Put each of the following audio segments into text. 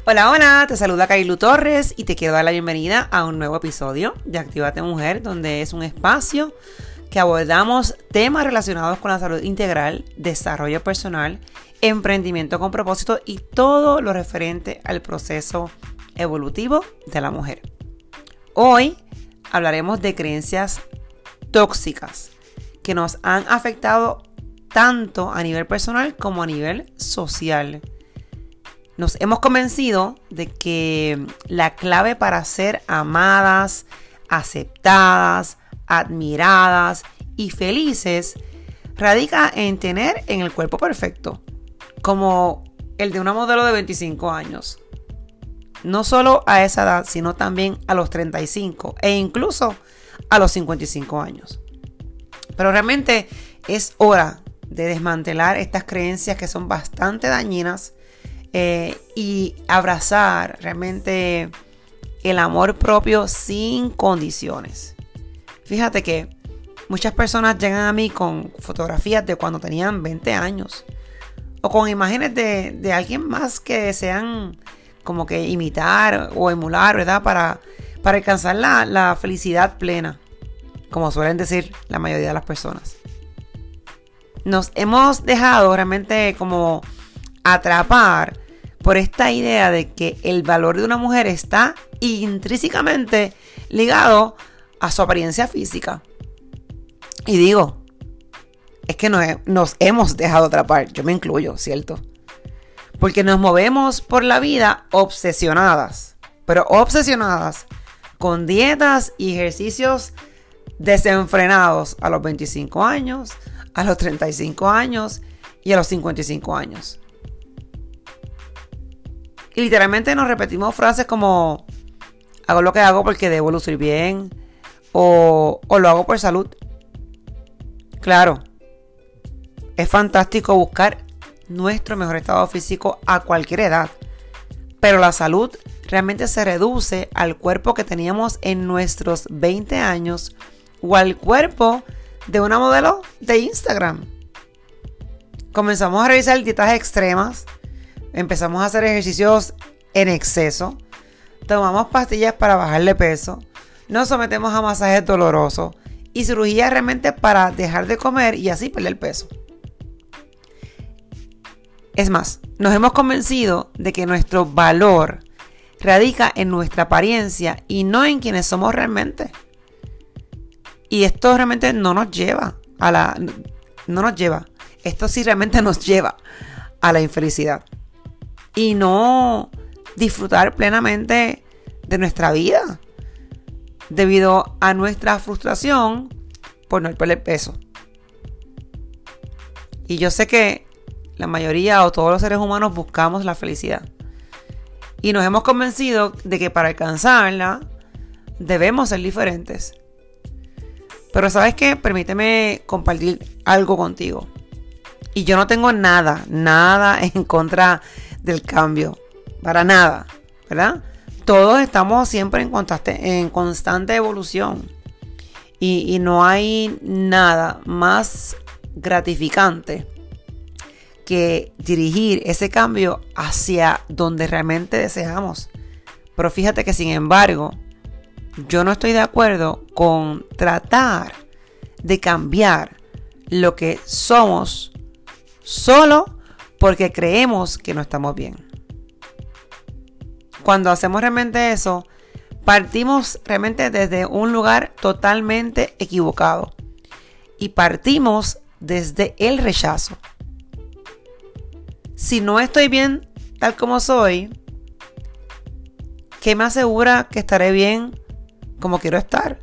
Hola, hola, te saluda Kailu Torres y te quiero dar la bienvenida a un nuevo episodio de Actívate Mujer, donde es un espacio que abordamos temas relacionados con la salud integral, desarrollo personal, emprendimiento con propósito y todo lo referente al proceso evolutivo de la mujer. Hoy hablaremos de creencias tóxicas que nos han afectado tanto a nivel personal como a nivel social. Nos hemos convencido de que la clave para ser amadas, aceptadas, admiradas y felices radica en tener en el cuerpo perfecto, como el de una modelo de 25 años. No solo a esa edad, sino también a los 35 e incluso a los 55 años. Pero realmente es hora de desmantelar estas creencias que son bastante dañinas y abrazar realmente el amor propio sin condiciones. Fíjate que muchas personas llegan a mí con fotografías de cuando tenían 20 años o con imágenes de alguien más que desean como que imitar o emular, ¿verdad? Para alcanzar la felicidad plena, como suelen decir la mayoría de las personas. Nos hemos dejado realmente como atrapar por esta idea de que el valor de una mujer está intrínsecamente ligado a su apariencia física. Y digo, es que nos hemos dejado atrapar, yo me incluyo, ¿cierto? Porque nos movemos por la vida obsesionadas, pero obsesionadas con dietas y ejercicios desenfrenados a los 25 años, a los 35 años y a los 55 años. Y literalmente nos repetimos frases como hago lo que hago porque debo lucir bien o lo hago por salud. Claro, es fantástico buscar nuestro mejor estado físico a cualquier edad, pero la salud realmente se reduce al cuerpo que teníamos en nuestros 20 años o al cuerpo de una modelo de Instagram. Comenzamos a realizar dietas extremas, empezamos a hacer ejercicios en exceso, tomamos pastillas para bajar de peso, nos sometemos a masajes dolorosos y cirugía realmente para dejar de comer y así perder peso. Es más, nos hemos convencido de que nuestro valor radica en nuestra apariencia y no en quienes somos realmente. Y esto realmente esto sí realmente nos lleva a la infelicidad y no disfrutar plenamente de nuestra vida debido a nuestra frustración por no perder peso. Y yo sé que la mayoría o todos los seres humanos buscamos la felicidad y nos hemos convencido de que para alcanzarla debemos ser diferentes. Pero ¿sabes qué? Permíteme compartir algo contigo. Y yo no tengo nada en contra del cambio. Para nada, ¿verdad? Todos estamos siempre en constante evolución. Y no hay nada más gratificante que dirigir ese cambio hacia donde realmente deseamos. Pero fíjate que sin embargo, yo no estoy de acuerdo con tratar de cambiar lo que somos solo porque creemos que no estamos bien. Cuando hacemos realmente eso, partimos realmente desde un lugar totalmente equivocado y partimos desde el rechazo. Si no estoy bien tal como soy, ¿qué me asegura que estaré bien como quiero estar?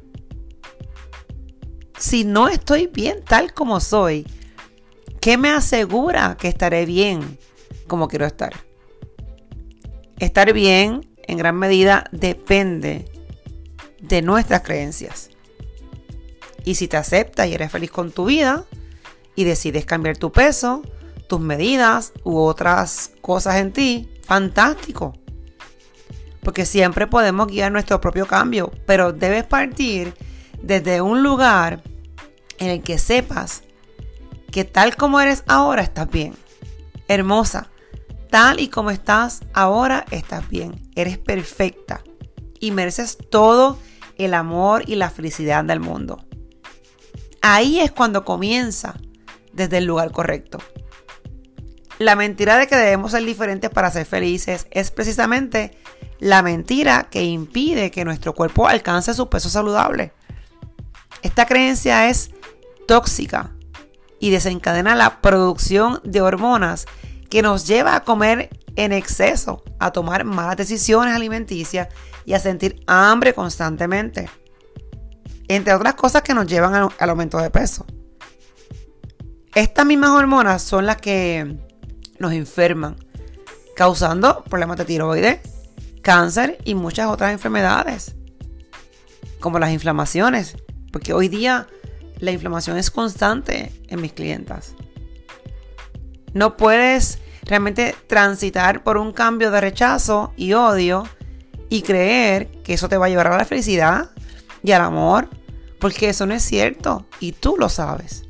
Si no estoy bien tal como soy, ¿qué me asegura que estaré bien como quiero estar? Estar bien en gran medida depende de nuestras creencias. Y si te aceptas y eres feliz con tu vida y decides cambiar tu peso, tus medidas u otras cosas en ti, fantástico. Porque siempre podemos guiar nuestro propio cambio, pero debes partir desde un lugar en el que sepas que tal como eres ahora estás bien, hermosa, tal y como estás ahora, estás bien. Eres perfecta y mereces todo el amor y la felicidad del mundo. Ahí es cuando comienza desde el lugar correcto. La mentira de que debemos ser diferentes para ser felices es precisamente la mentira que impide que nuestro cuerpo alcance su peso saludable. Esta creencia es tóxica y desencadena la producción de hormonas que nos lleva a comer en exceso, a tomar malas decisiones alimenticias y a sentir hambre constantemente. Entre otras cosas que nos llevan al aumento de peso. Estas mismas hormonas son las que nos enferman, causando problemas de tiroides, cáncer y muchas otras enfermedades, como las inflamaciones, porque hoy día la inflamación es constante en mis clientas. No puedes realmente transitar por un cambio de rechazo y odio y creer que eso te va a llevar a la felicidad y al amor, porque eso no es cierto y tú lo sabes.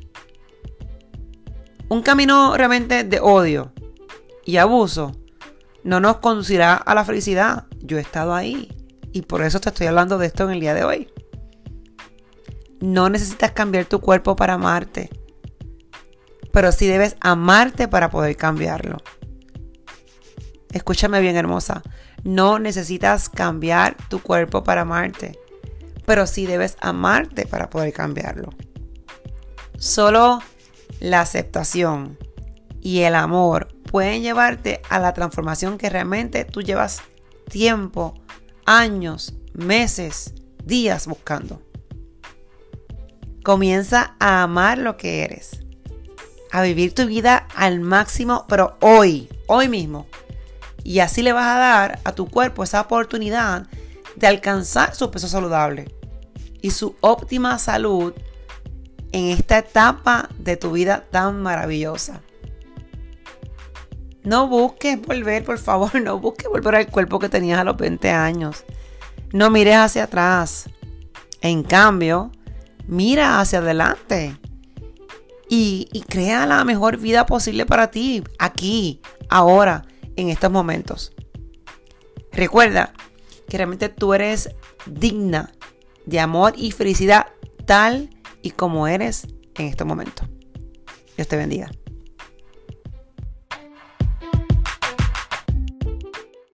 Un camino realmente de odio y abuso no nos conducirá a la felicidad. Yo he estado ahí y por eso te estoy hablando de esto en el día de hoy. No necesitas cambiar tu cuerpo para amarte, pero sí debes amarte para poder cambiarlo. Escúchame bien, hermosa. No necesitas cambiar tu cuerpo para amarte, pero sí debes amarte para poder cambiarlo. Solo la aceptación y el amor pueden llevarte a la transformación que realmente tú llevas tiempo, años, meses, días buscando. Comienza a amar lo que eres, a vivir tu vida al máximo, pero hoy mismo. Y así le vas a dar a tu cuerpo esa oportunidad de alcanzar su peso saludable y su óptima salud en esta etapa de tu vida tan maravillosa. No busques volver, por favor, no busques volver al cuerpo que tenías a los 20 años. No mires hacia atrás. En cambio, mira hacia adelante y crea la mejor vida posible para ti, aquí, ahora, en estos momentos. Recuerda que realmente tú eres digna de amor y felicidad tal y como eres en estos momentos. Dios te bendiga.